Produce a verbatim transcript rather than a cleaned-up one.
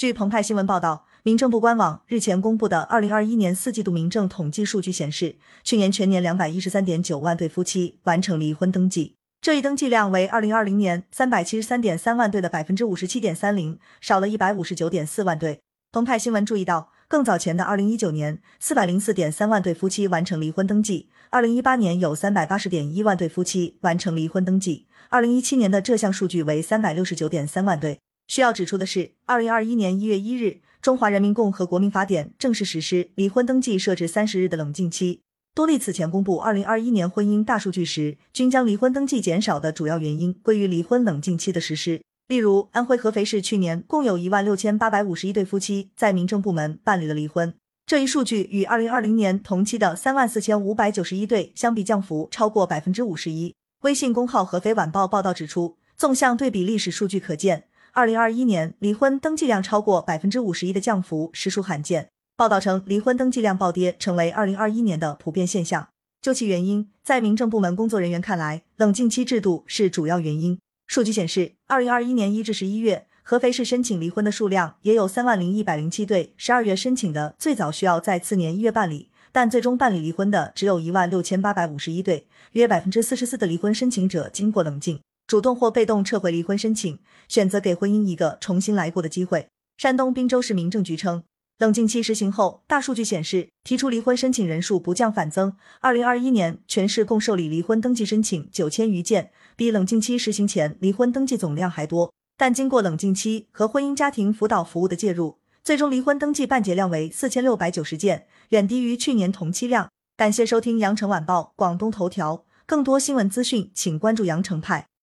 据澎湃新闻报道，民政部官网日前公布的二零二一年四季度民政统计数据显示，去年全年两百一十三点九万对夫妻完成离婚登记，这一登记量为二零二零年三百七十三点三万对的 百分之五十七点三零， 少了一百五十九点四万对。澎湃新闻注意到，更早前的二零一九年四百零四点三万对夫妻完成离婚登记，二零一八年有三百八十点一万对夫妻完成离婚登记，二零一七年的这项数据为三百六十九点三万对。需要指出的是，二零二一年一月一日，中华人民共和国民法典正式实施离婚登记设置三十日的冷静期。多例此前公布二零二一年婚姻大数据时，均将离婚登记减少的主要原因归于离婚冷静期的实施。例如，安徽合肥市去年共有一万六千八百五十一对夫妻在民政部门办理了离婚，这一数据与二零二零年同期的三万四千五百九十一对相比降幅超过 百分之五十一。微信公号合肥晚报报道指出，纵向对比历史数据可见，二零二一年离婚登记量超过 百分之五十一 的降幅实属罕见。报道称，离婚登记量暴跌成为二零二一年的普遍现象。究其原因，在民政部门工作人员看来，冷静期制度是主要原因。数据显示，二零二一年一至十一月，合肥市申请离婚的数量也有三万零一百零七对，十二月申请的最早需要在次年一月办理，但最终办理离婚的只有一万六千八百五十一对，约 百分之四十四 的离婚申请者经过冷静，主动或被动撤回离婚申请，选择给婚姻一个重新来过的机会。山东滨州市民政局称，冷静期实行后，大数据显示提出离婚申请人数不降反增，二零二一年全市共受理离婚登记申请九千余件，比冷静期实行前离婚登记总量还多。但经过冷静期和婚姻家庭辅导服务的介入，最终离婚登记办结量为四千六百九十件，远低于去年同期量。感谢收听羊城晚报广东头条，更多新闻资讯请关注羊城派。